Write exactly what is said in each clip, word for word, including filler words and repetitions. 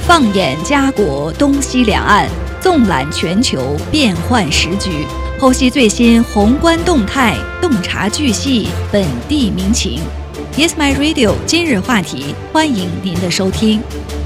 放眼家国东西两岸，纵览全球变幻时局，剖析最新宏观动态，洞察巨细本地民情。Yes My Radio 今日话题，欢迎您的收听。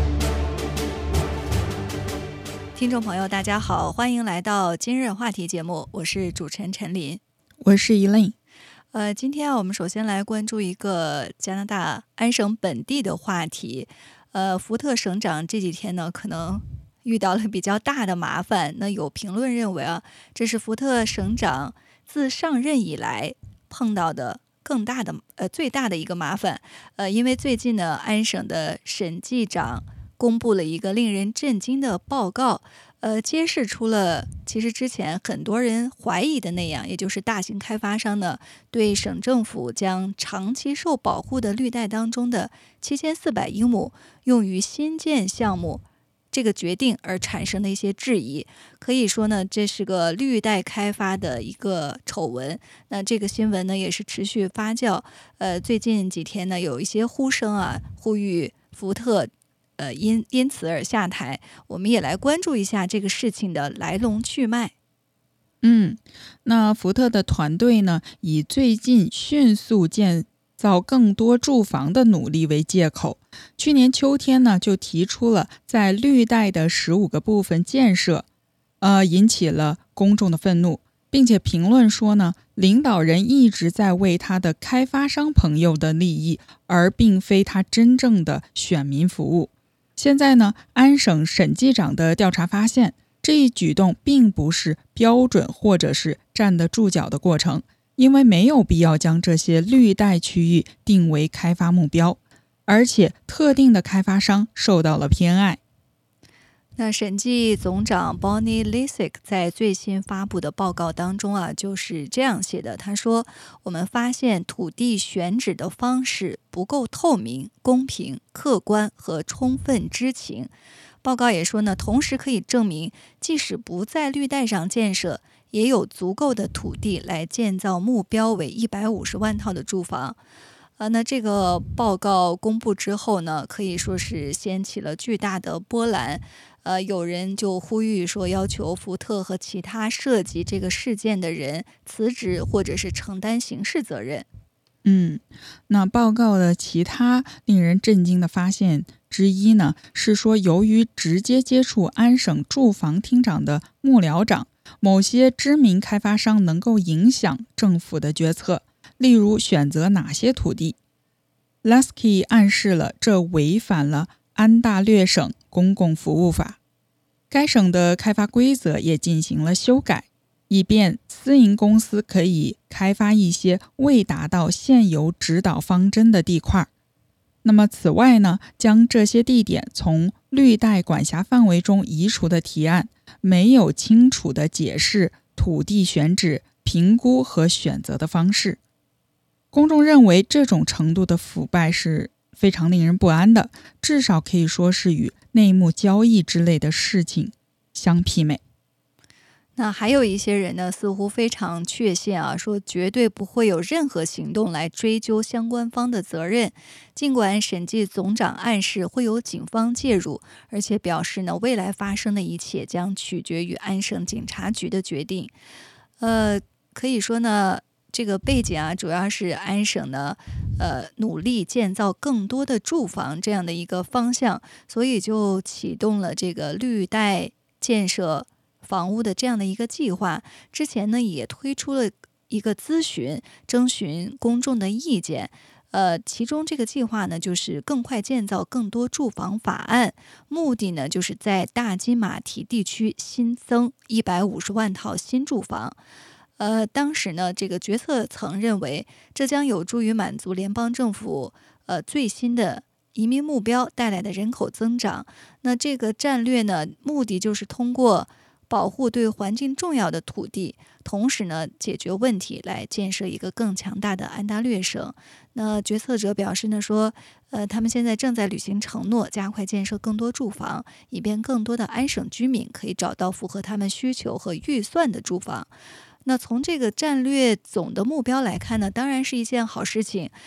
听众朋友大家好，欢迎来到今日话题节目，我是主持人陈琳， 我是 Elaine。 呃，今天我们首先来关注一个加拿大安省本地的话题。呃，福特省长这几天呢，可能遇到了比较大的麻烦。那有评论认为啊，这是福特省长自上任以来碰到的更大的呃最大的一个麻烦。呃，因为最近呢，安省的审计长公布了一个令人震惊的报告。呃，揭示出了其实之前很多人怀疑的那样，也就是大型开发商呢对省政府将长期受保护的绿带当中的七千四百英亩用于新建项目这个决定而产生的一些质疑。可以说呢，这是个绿带开发的一个丑闻。那这个新闻呢也是持续发酵。呃，最近几天呢，有一些呼声啊，呼吁福特。呃，因因此而下台，我们也来关注一下这个事情的来龙去脉。 嗯，那福特的团队呢，以最近迅速建造更多住房的努力为借口，去年秋天呢就提出了在绿带的十五个部分建设，呃，引起了公众的愤怒，并且评论说呢，领导人一直在为他的开发商朋友的利益，而并非他真正的选民服务。现在呢，安省审计长的调查发现，这一举动并不是标准或者是站得住脚的过程，因为没有必要将这些绿带区域定为开发目标，而且特定的开发商受到了偏爱。 那审计总长 Bonnie Lysyk 在最新发布的报告当中啊，就是这样写的。他说，我们发现土地选址的方式不够透明、公平、客观和充分知情。报告也说呢，同时可以证明，即使不在绿带上建设，也有足够的土地来建造目标为一百五十万套的住房。呃，那这个报告公布之后呢，可以说是掀起了巨大的波澜。呃，有人就呼吁说，要求福特和其他涉及这个事件的人辞职或者是承担刑事责任。 嗯，那报告的其他令人震惊的发现之一呢，是说由于直接接触安省住房厅长的幕僚长，某些知名开发商能够影响政府的决策，例如选择哪些土地。Lasky 暗示了这违反了安大略省公共服务法，该省的开发规则也进行了修改，以便私营公司可以开发一些未达到现有指导方针的地块。那么此外呢，将这些地点从绿带管辖范围中移除的提案，没有清楚地解释土地选址、评估和选择的方式。公众认为这种程度的腐败是非常令人不安的，至少可以说是与内幕交易之类的事情相媲美。 那还有一些人呢，似乎非常确信啊，说绝对不会有任何行动来追究相关方的责任。尽管审计总长暗示会有警方介入，而且表示呢，未来发生的一切将取决于安省警察局的决定。呃，可以说呢，这个背景啊，主要是安省呢，呃，努力建造更多的住房这样的一个方向，所以就启动了这个绿带建设房屋的这样的一个计划。之前呢，也推出了一个咨询，征询公众的意见。呃，其中这个计划呢，就是更快建造更多住房法案，目的呢，就是在大金马蹄地区新增一百五十万套新住房。呃，当时呢，这个决策层认为，这将有助于满足联邦政府呃最新的移民目标带来的人口增长。那这个战略呢，目的就是通过保护对环境重要的土地，同时呢，解决问题，来建设一个更强大的安大略省。那决策者表示呢，说，呃，他们现在正在履行承诺，加快建设更多住房，以便更多的安省居民可以找到符合他们需求和预算的住房。那从这个战略总的目标来看呢，当然是一件好事情。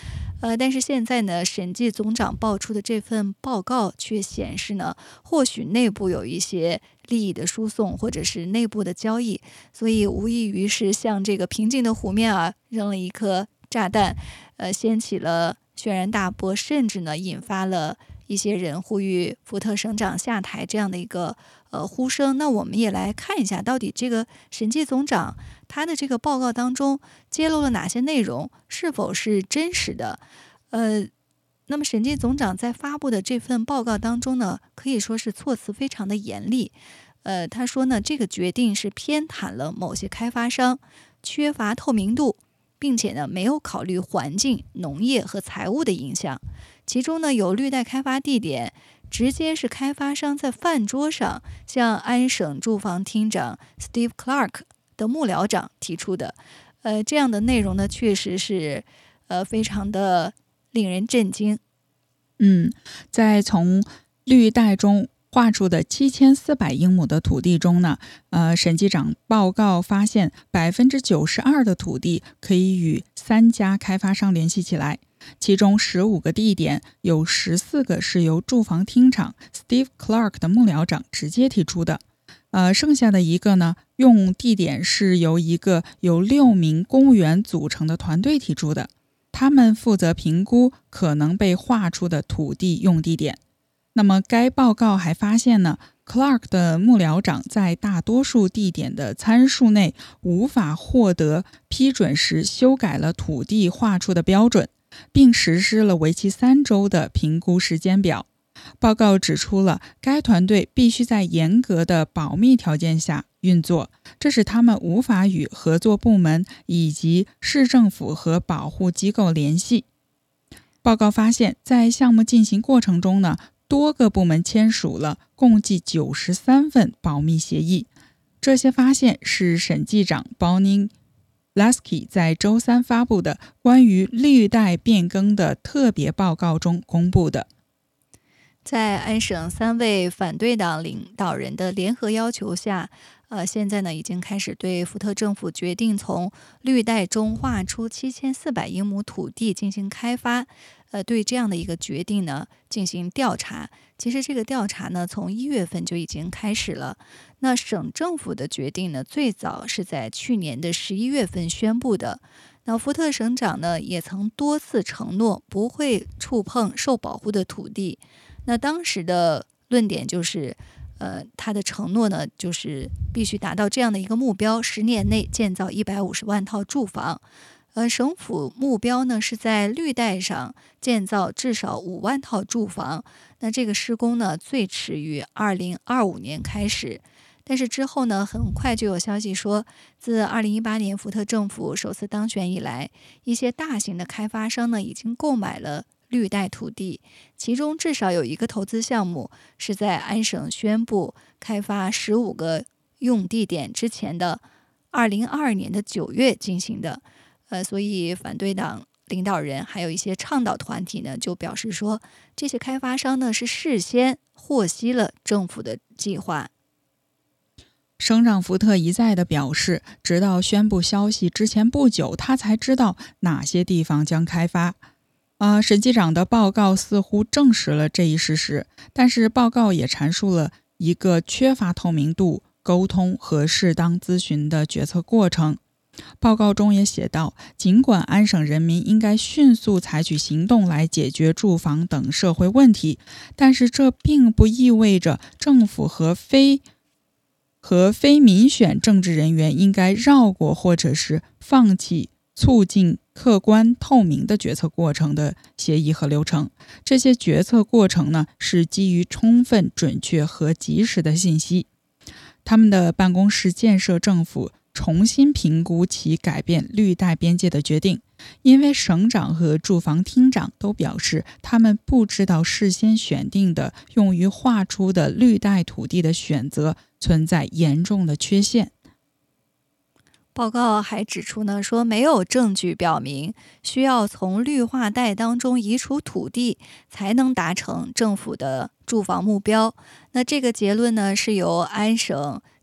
呃，但是现在呢，审计总长报出的这份报告却显示呢，或许内部有一些利益的输送，或者是内部的交易，所以无异于是向这个平静的湖面啊扔了一颗炸弹，呃，掀起了轩然大波，甚至呢引发了一些人呼吁福特省长下台这样的一个呃呼声。那我们也来看一下，到底这个审计总长他的这个报告当中揭露了哪些内容，是否是真实的？呃，那么审计总长在发布的这份报告当中呢，可以说是措辞非常的严厉。呃，他说呢，这个决定是偏袒了某些开发商，缺乏透明度，并且呢没有考虑环境、农业和财务的影响。其中呢有绿带开发地点直接是开发商在饭桌上向安省住房厅长 Steve Clark 的幕僚长提出的。呃，这样的内容呢，确实是呃非常的令人震惊。 嗯，在从绿带中划出的七千四百英亩的土地中呢，呃，审计长报告发现百分之九十二的土地可以与三家开发商联系起来，其中十五个地点有十四个是由住房厅长 Steve Clark 的幕僚长直接提出的。呃，剩下的一个呢，用地点是由一个由六名公务员组成的团队提出的，他们负责评估可能被划出的土地用地点。那么该报告还发现呢 Clark 的幕僚长在大多数地点的参数内无法获得批准时修改了土地划出的标准，并实施了为期三周的评估时间表。报告指出了该团队必须在严格的保密条件下运作，这使他们无法与合作部门以及市政府和保护机构联系。报告发现，在项目进行过程中呢，多个部门签署了共计九十三份保密协议。这些发现是审计长 Bonnie Lasky 在周三发布的关于绿带变更的特别报告中公布的。 在安省三位反对党领导人的联合要求下，呃，现在呢已经开始对福特政府决定从绿带中划出七千四百英亩土地进行开发，呃，对这样的一个决定呢进行调查。其实这个调查呢从一月份就已经开始了。那省政府的决定呢最早是在去年的十一月份宣布的。那福特省长呢也曾多次承诺不会触碰受保护的土地。那当时的论点就是，呃，他的承诺呢，就是必须达到这样的一个目标：十年内建造一百五十万套住房。呃，省府目标呢是在绿带上建造至少五万套住房。那这个施工呢，最迟于二零二五年开始。但是之后呢，很快就有消息说，自二零一八年福特政府首次当选以来，一些大型的开发商呢已经购买了绿带土地，其中至少有一个投资项目是在安省宣布开发十五个用地点之前的二零二二年的九月进行的。呃，所以反对党领导人还有一些倡导团体呢，就表示说，这些开发商呢是事先获悉了政府的计划。 省长福特一再地表示，直到宣布消息之前不久，他才知道哪些地方将开发。呃，审计长的报告似乎证实了这一事实，但是报告也阐述了一个缺乏透明度、沟通和适当咨询的决策过程。报告中也写道，尽管安省人民应该迅速采取行动来解决住房等社会问题，但是这并不意味着政府和非和非民选政治人员应该绕过或者是放弃促进客观透明的决策过程的协议和流程。这些决策过程呢，是基于充分、准确和及时的信息。他们的办公室建设政府重新评估其改变绿带边界的决定，因为省长和住房厅长都表示，他们不知道事先选定的用于划出的绿带土地的选择存在严重的缺陷。 报告还指出呢，说没有证据表明需要从绿化带当中移除土地才能达成政府的住房目标。那这个结论呢，是由安省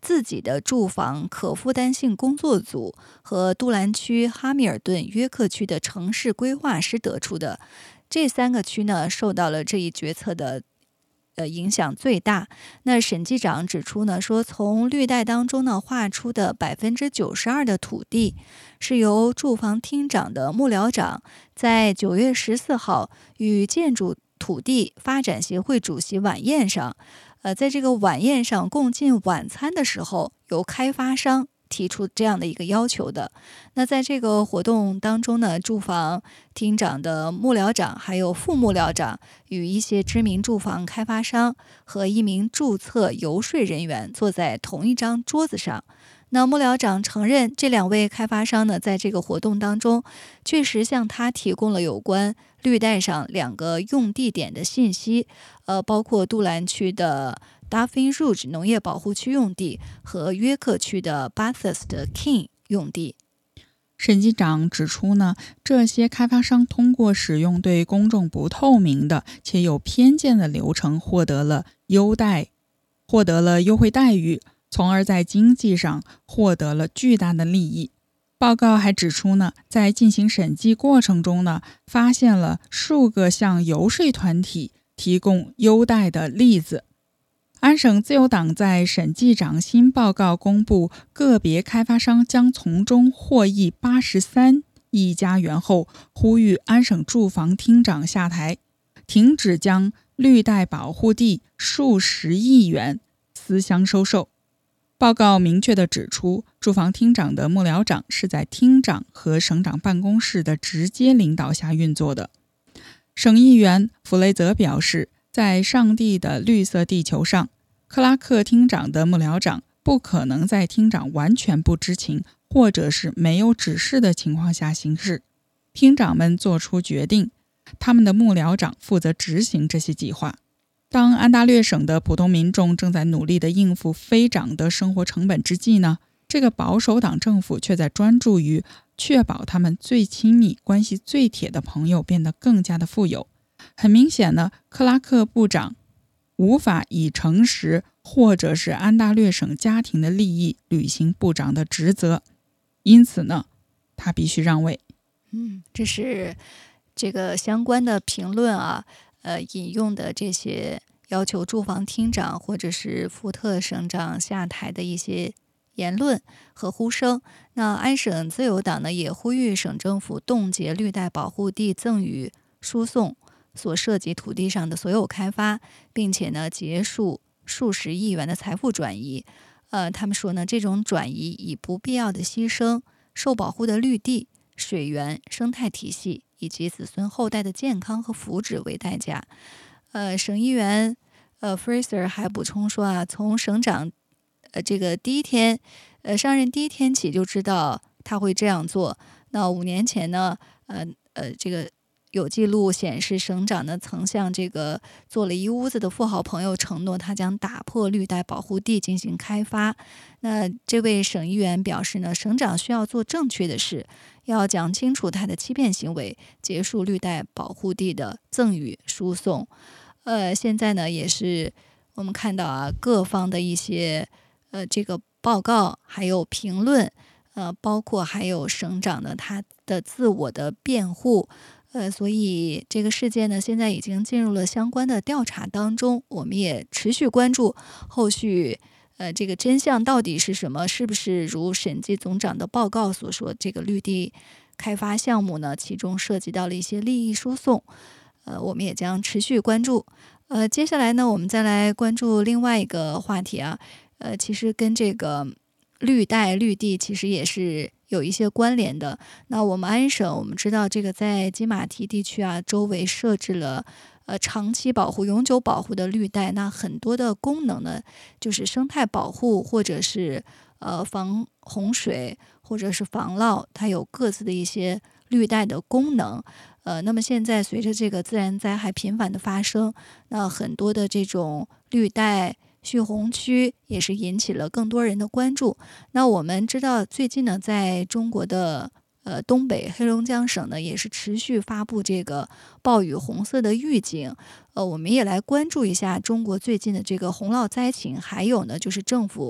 自己的住房可负担性工作组和杜兰区、哈密尔顿、约克区的城市规划师得出的。这三个区呢，受到了这一决策的呃影响最大。那审计长指出呢，说从绿带当中呢划出的百分之九十二的土地，是由住房厅长的幕僚长在九月十四号与建筑土地发展协会主席晚宴上，呃，在这个晚宴上共进晚餐的时候，由开发商提出这样的一个要求的。那在这个活动当中呢，住房厅长的幕僚长还有副幕僚长与一些知名住房开发商和一名注册游说人员坐在同一张桌子上。那幕僚长承认，这两位开发商呢，在这个活动当中确实向他提供了有关绿带上两个用地点的信息，呃，包括杜兰区的 Dauphin Rouge 农业保护区用地和约克区的 Bathurst King 用地。 审计长指出呢，这些开发商通过使用对公众不透明的且有偏见的流程，获得了优待，获得了优惠待遇，从而在经济上获得了巨大的利益。报告还指出呢，在进行审计过程中呢，发现了数个向游说团体提供优待的例子。安省自由党在审计长新报告公布个别开发商将从中获益八十三亿加元后，呼吁安省住房厅长下台，停止将绿带保护地数十亿元私相收受。报告明确地指出，住房厅长的幕僚长是在厅长和省长办公室的直接领导下运作的。省议员弗雷泽表示，在上帝的绿色地球上，克拉克厅长的幕僚长不可能在厅长完全不知情或者是没有指示的情况下行事。厅长们做出决定，他们的幕僚长负责执行这些计划。当安大略省的普通民众正在努力地应付飞涨的生活成本之际呢，这个保守党政府却在专注于确保他们最亲密、关系最铁的朋友变得更加的富有。很明显呢，克拉克部长无法以诚实或者是安大略省家庭的利益履行部长的职责，因此呢，他必须让位。 嗯，这是这个相关的评论啊。呃，引用的这些要求住房厅长或者是福特省长下台的一些言论和呼声。那安省自由党呢，也呼吁省政府冻结绿带保护地赠与输送所涉及土地上的所有开发，并且呢，结束数十亿元的财富转移。呃，他们说呢，这种转移以不必要的牺牲受保护的绿地、水源、生态体系以及子孙后代的健康和福祉为代价。呃，省议员呃 Fraser 还补充说啊，从省长呃这个第一天呃上任第一天起就知道他会这样做。那五年前呢，呃呃这个有记录显示，省长呢曾向这个做了一屋子的富豪朋友承诺，他将打破绿带保护地进行开发。那这位省议员表示呢，省长需要做正确的事，要讲清楚他的欺骗行为，结束绿带保护地的赠与输送。呃，现在呢，也是我们看到啊，各方的一些呃这个报告还有评论，呃，包括还有省长呢他的自我的辩护。呃，所以这个事件呢，现在已经进入了相关的调查当中，我们也持续关注后续，呃，这个真相到底是什么？是不是如审计总长的报告所说，这个绿地开发项目呢，其中涉及到了一些利益输送？呃，我们也将持续关注。呃，接下来呢，我们再来关注另外一个话题啊，呃，其实跟这个绿带绿地其实也是有一些关联的。那我们安省，我们知道这个在金马蹄地区啊，周围设置了呃长期保护、永久保护的绿带，那很多的功能呢，就是生态保护或者是呃防洪水或者是防涝，它有各自的一些绿带的功能。呃，那么现在随着这个自然灾害频繁的发生，那很多的这种绿带蓄洪区也是引起了更多人的关注。那我们知道，最近呢，在中国的呃东北黑龙江省呢，也是持续发布这个暴雨红色的预警。呃，我们也来关注一下中国最近的这个洪涝灾情，还有呢，就是政府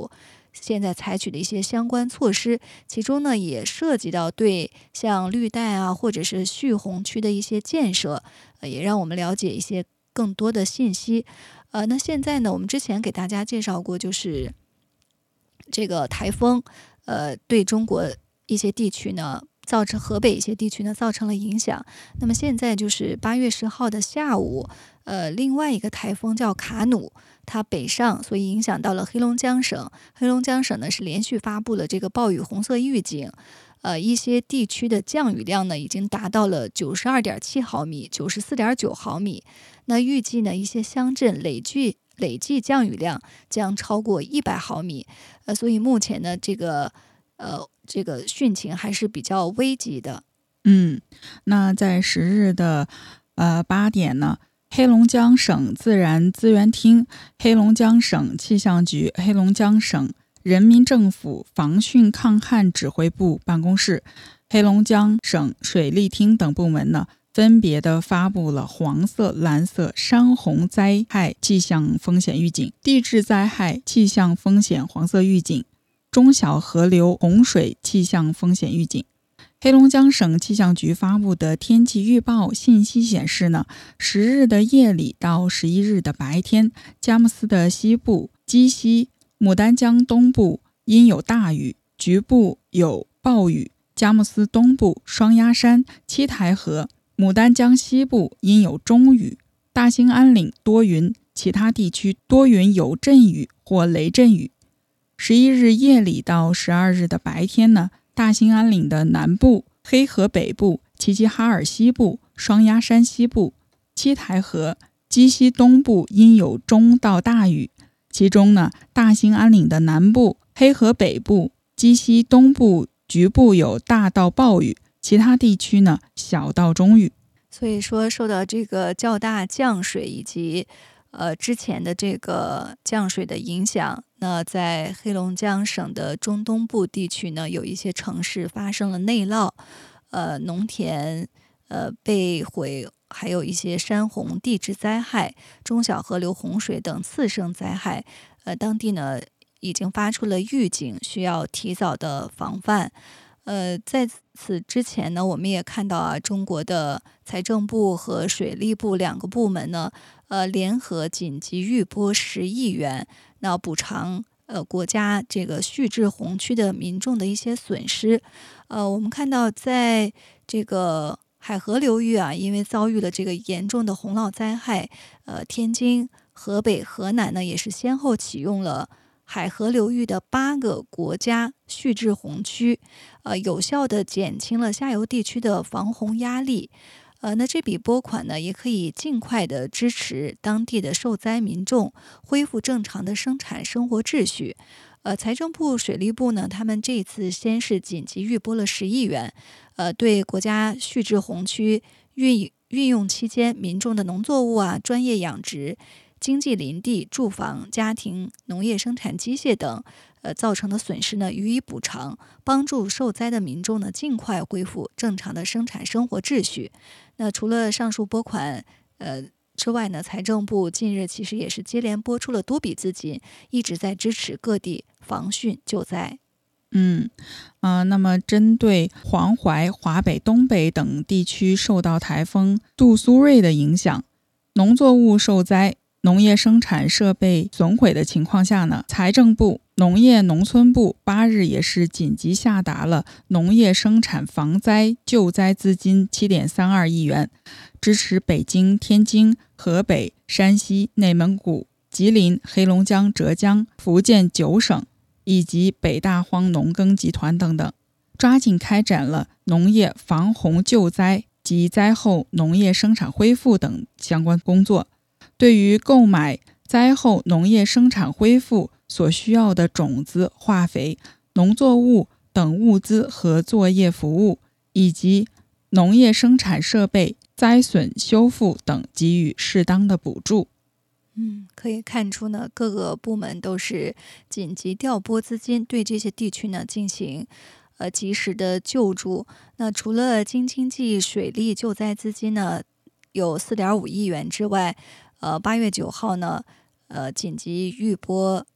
现在采取的一些相关措施，其中呢也涉及到对像绿带啊或者是蓄洪区的一些建设，呃，也让我们了解一些更多的信息。呃，那现在呢，我们之前给大家介绍过，就是这个台风，呃，对中国一些地区呢，造成河北一些地区呢造成了影响。那么现在就是八月十号的下午，呃，另外一个台风叫卡努，它北上，所以影响到了黑龙江省。黑龙江省呢是连续发布了这个暴雨红色预警。呃，一些地区的降雨量呢，已经达到了九十二点七毫米、九十四点九毫米。那预计呢，一些乡镇累计累计降雨量将超过一百毫米。呃，所以目前呢，这个呃这个汛情还是比较危急的。 嗯，那在十日的呃八点呢，黑龙江省自然资源厅、黑龙江省气象局、黑龙江省人民政府防汛抗旱指挥部办公室、黑龙江省水利厅等部门呢，分别的发布了黄色、蓝色山洪灾害气象风险预警、地质灾害气象风险黄色预警、中小河流洪水气象风险预警。黑龙江省气象局发布的天气预报信息显示呢，十日的夜里到十一日的白天，佳木斯的西部、鸡西、牡丹江东部阴有大雨，局部有暴雨；佳木斯东部、双鸭山、七台河、牡丹江西部阴有中雨；大兴安岭多云，其他地区多云有阵雨或雷阵雨。十一日夜里到十二日的白天呢，大兴安岭的南部、黑河北部、齐齐哈尔西部、双鸭山西部、七台河、鸡西东部阴有中到大雨。其中呢，大兴安岭的南部、黑河北部、鸡西东部局部有大到暴雨，其他地区呢小到中雨。 所以说，受到这个较大降水以及呃之前的这个降水的影响，那在黑龙江省的中东部地区呢，有一些城市发生了内涝，呃，农田呃被毁。还有一些山洪、地质灾害、中小河流洪水等次生灾害，呃，当地呢已经发出了预警，需要提早的防范。呃，在此之前呢，我们也看到啊，中国的财政部和水利部两个部门呢，呃，联合紧急预拨十亿元，那补偿呃国家这个蓄滞洪区的民众的一些损失。呃，我们看到在这个海河流域啊，因为遭遇了这个严重的洪涝灾害，呃，天津、河北、河南呢也是先后启用了海河流域的八个国家蓄滞洪区，呃，有效的减轻了下游地区的防洪压力。呃，那这笔拨款呢，也可以尽快的支持当地的受灾民众恢复正常的生产生活秩序。呃，财政部、水利部呢，他们这次先是紧急预拨了十亿元，呃，对国家蓄滞洪区运运用期间民众的农作物啊、专业养殖、经济林地、住房、家庭、农业生产机械等，呃，造成的损失呢予以补偿，帮助受灾的民众呢尽快恢复正常的生产生活秩序。那除了上述拨款，呃。之外呢，财政部近日其实也是接连拨出了多笔资金，一直在支持各地防汛救灾。 嗯，呃，那么针对黄淮、华北、东北等地区受到台风杜苏芮的影响，农作物受灾、农业生产设备损毁的情况下呢，财政部、农业农村部八日也是紧急下达了农业生产防灾救灾资金 七点三二亿元，支持北京、天津、河北、山西、内蒙古、吉林、黑龙江、浙江、福建九省以及北大荒农耕集团等等，抓紧开展了农业防洪救灾及灾后农业生产恢复等相关工作。对于购买灾后农业生产恢复所需要的种子、化肥、农作物等物资和作业服务，以及农业生产设备灾损修复等给予适当的补助。 嗯，可以看出呢，各个部门都是紧急调拨资金，对这些地区呢进行呃及时的救助。那除了京津冀水利救灾资金呢有 四点五亿元之外，呃，八月九号呢，呃，紧急预拨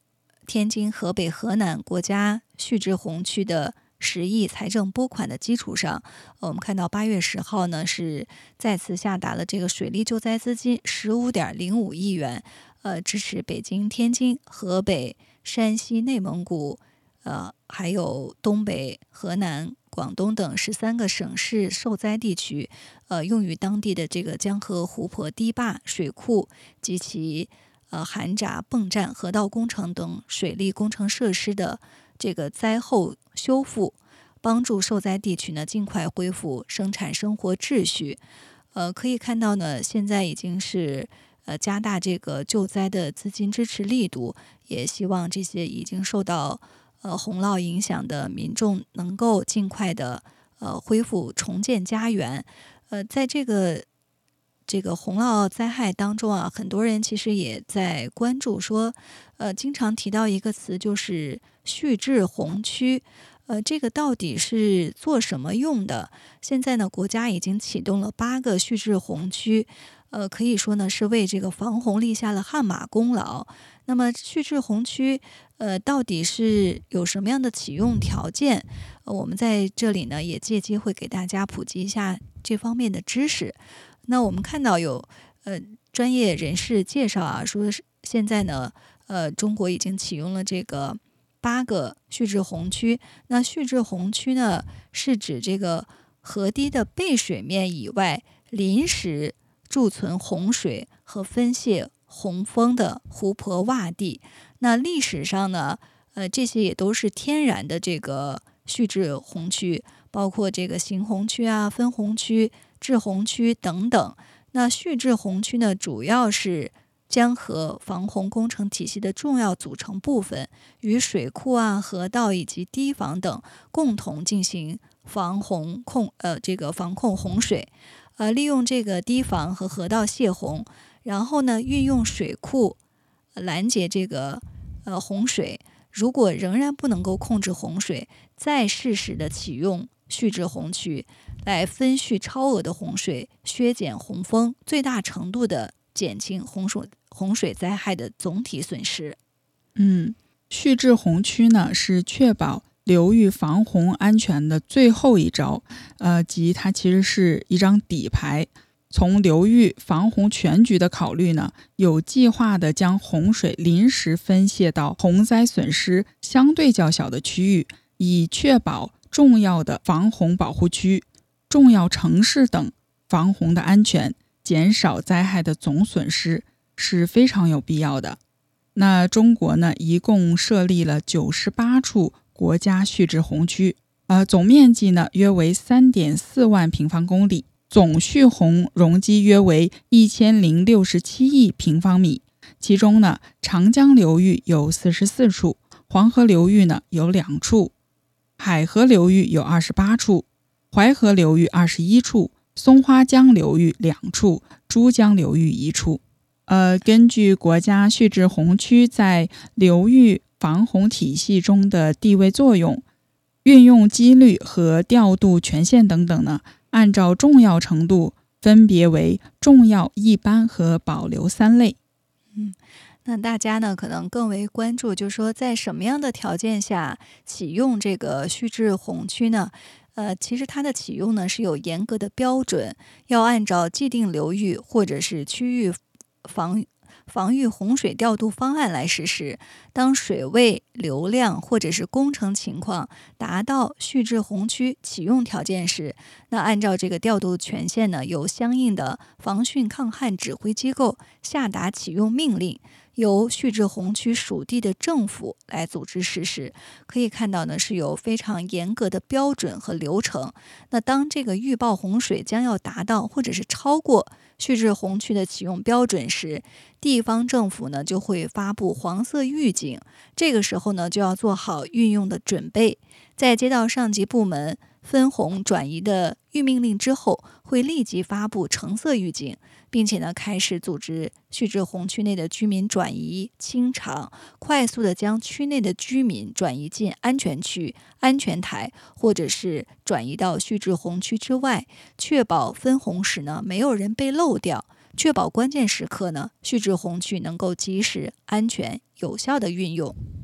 天津、河北、河南国家续制红区的十亿财政拨款的基础上，我们看到八月十号呢是再次下达了这个水利救灾资金十五点零五亿元，呃，支持北京、天津、河北、山西、内蒙古，呃，还有东北、河南、广东等十三个省市受灾地区，呃，用于当地的这个江河湖泊堤坝、水库及其呃涵闸、泵站、河道工程等水利工程设施的这个灾后修复，帮助受灾地区呢尽快恢复生产生活秩序。呃，可以看到呢，现在已经是呃加大这个救灾的资金支持力度，也希望这些已经受到呃洪涝影响的民众能够尽快的呃恢复重建家园。呃，在这个这个洪涝灾害当中啊，很多人其实也在关注说，呃，经常提到一个词就是续制红区。呃，这个到底是做什么用的？现在呢，国家已经启动了八个续制红区，呃，可以说呢是为这个防洪立下了汗马功劳。那么续制红区，呃，到底是有什么样的启用条件？呃，我们在这里呢也借机会给大家普及一下这方面的知识。那我们看到有呃专业人士介绍啊，说现在呢，呃，中国已经启用了这个八个续制洪区。那续制洪区呢，是指这个河堤的背水面以外，临时贮存洪水和分泄洪峰的湖泊洼地。那历史上呢，呃，这些也都是天然的这个续制洪区，包括这个行洪区啊、分洪区、制洪区等等。那续制洪区呢，主要是江河防洪工程体系的重要组成部分，与水库啊、河道以及堤防等共同进行防洪控呃这个防控洪水，呃，利用这个堤防和河道泄洪，然后呢，运用水库拦截这个呃洪水。如果仍然不能够控制洪水，再适时的启用续制洪区来分蓄超额的洪水，削减洪峰，最大程度的减轻洪水洪水灾害的总体损失。 嗯，续制洪区呢是确保流域防洪安全的最后一招，呃，即它其实是一张底牌。从流域防洪全局的考虑呢，有计划的将洪水临时分泄到洪灾损失相对较小的区域，以确保重要的防洪保护区、重要城市等防洪的安全，减少灾害的总损失，是非常有必要的。那中国呢，一共设立了九十八处国家续制洪区，呃，总面积呢约为 三点四万平方公里，总蓄洪容积约为一千零六十七亿平方米。其中呢，长江流域有四十四处，黄河流域呢有两处，海河流域有二十八处，淮河流域二十一处，松花江流域两处，珠江流域一处。呃，根据国家续制洪区在流域防洪体系中的地位作用、运用机率和调度权限等等呢，按照重要程度分别为重要、一般和保留三类。 嗯，那大家呢可能更为关注，就是说在什么样的条件下启用这个续制洪区呢？呃，其实它的启用呢是有严格的标准，要按照既定流域或者是区域防防御洪水调度方案来实施。当水位、流量或者是工程情况达到续制洪区启用条件时，那按照这个调度权限呢，由相应的防汛抗旱指挥机构下达启用命令，由续制洪区属地的政府来组织实施。可以看到呢，是有非常严格的标准和流程。那当这个预报洪水将要达到或者是超过续制洪区的启用标准时，地方政府呢就会发布黄色预警，这个时候呢就要做好运用的准备。在接到上级部门分洪转移的预命令之后，会立即发布橙色预警，并且呢开始组织续制洪区内的居民转移清场，快速的将区内的居民转移进安全区、安全台，或者是转移到续制洪区之外，确保分洪时呢没有人被漏掉，确保关键时刻呢续制洪区能够及时、安全、有效的运用。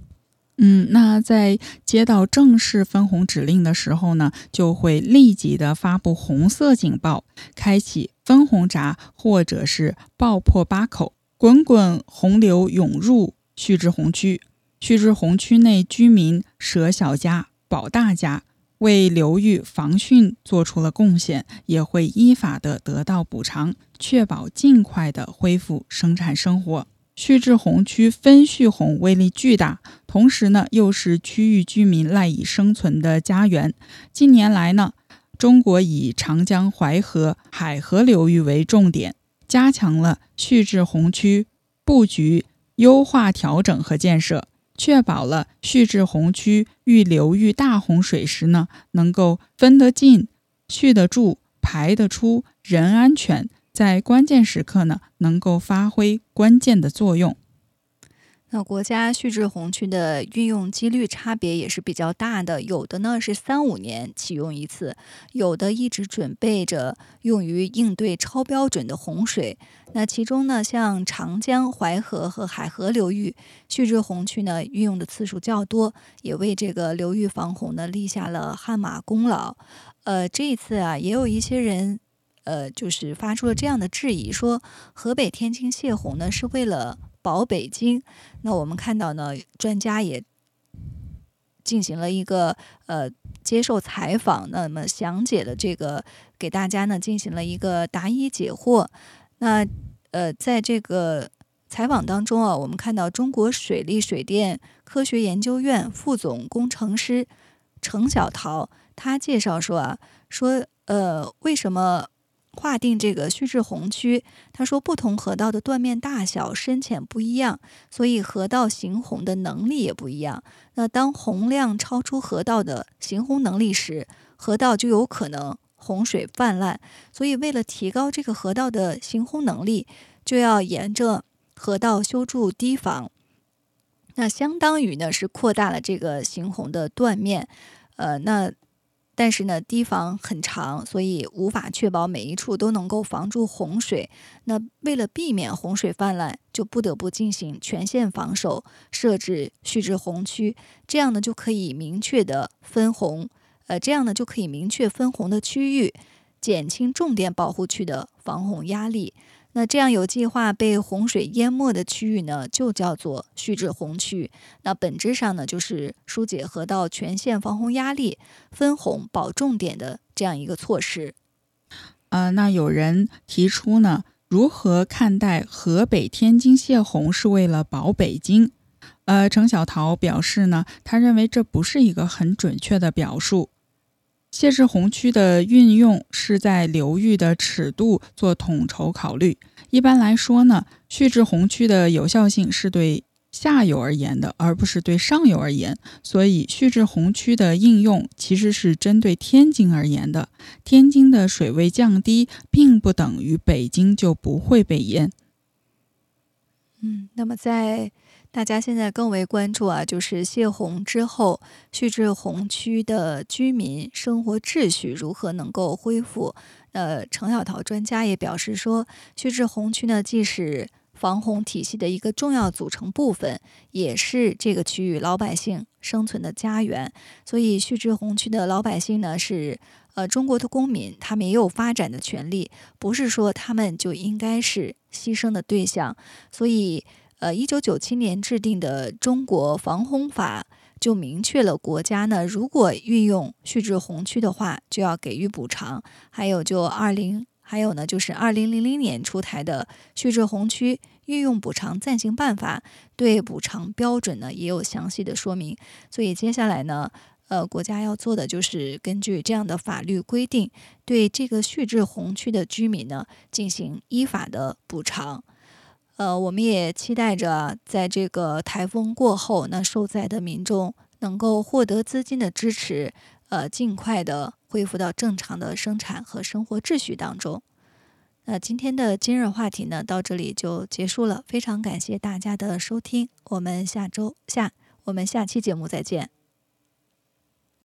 嗯，那在接到正式分红指令的时候呢，就会立即的发布红色警报，开启分红闸或者是爆破八口，滚滚洪流涌入旭日红区。旭日红区内居民舍小家保大家，为流域防汛做出了贡献，也会依法的得到补偿，确保尽快的恢复生产生活。旭日红区分蓄洪威力巨大，同时呢，又是区域居民赖以生存的家园。近年来呢，中国以长江、淮河、海河流域为重点，加强了旭日红区布局、优化调整和建设，确保了旭日红区遇流域大洪水时呢，能够分得进、蓄得住、排得出，人安全，在关键时刻呢，能够发挥关键的作用。 那国家旭日红区的运用几率差别也是比较大的，有的呢是三五年启用一次，有的一直准备着用于应对超标准的洪水。那其中呢，像长江、淮河和海河流域，旭日红区呢运用的次数较多，也为这个流域防洪呢立下了汗马功劳。呃，这一次啊，也有一些人。呃，就是发出了这样的质疑，说河北、天津泄洪呢是为了保北京。那我们看到呢，专家也进行了一个呃接受采访，那么详解了这个，给大家呢进行了一个答疑解惑。那呃，在这个采访当中啊，我们看到中国水利水电科学研究院副总工程师程小桃，他介绍说啊，说呃为什么划定这个旭日红区，他说不同河道的断面大小深浅不一样，所以河道行洪的能力也不一样。那当洪量超出河道的行洪能力时，河道就有可能洪水泛滥。所以为了提高这个河道的行洪能力，就要沿着河道修筑堤防，那相当于呢是扩大了这个行洪的断面。呃，那但是呢，堤防很长，所以无法确保每一处都能够防住洪水。那为了避免洪水泛滥，就不得不进行全线防守，设置旭日红区，这样呢就可以明确的分洪，呃，这样呢就可以明确分洪的区域，减轻重点保护区的防洪压力。那这样有计划被洪水淹没的区域呢，就叫做旭日红区。那本质上呢，就是疏解河道全线防洪压力、分洪保重点的这样一个措施。 呃，那有人提出呢，如何看待河北、天津泄洪是为了保北京？呃，程小桃表示呢，他认为这不是一个很准确的表述。泄日红区的运用是在流域的尺度做统筹考虑。一般来说呢，旭日红区的有效性是对下游而言的，而不是对上游而言。所以旭日红区的应用其实是针对天津而言的。天津的水位降低，并不等于北京就不会被淹。 嗯，那么在大家现在更为关注啊，就是泄洪之后，旭日红区的居民生活秩序如何能够恢复？呃，程小桃专家也表示说，旭日红区呢，既是防洪体系的一个重要组成部分，也是这个区域老百姓生存的家园。所以，旭日红区的老百姓呢，是呃中国的公民，他们也有发展的权利，不是说他们就应该是牺牲的对象。所以，呃，一九九七年制定的《中国防洪法》就明确了国家呢，如果运用旭日红区的话，就要给予补偿。还有就二零，还有呢，就是二零零零年出台的旭日红区运用补偿暂行办法，对补偿标准呢也有详细的说明。所以接下来呢，呃，国家要做的就是根据这样的法律规定，对这个旭日红区的居民呢进行依法的补偿。呃，我们也期待着在这个台风过后，那受灾的民众能够获得资金的支持，呃，尽快的恢复到正常的生产和生活秩序当中。那今天的今日话题呢，到这里就结束了，非常感谢大家的收听，我们下周下我们下期节目再见。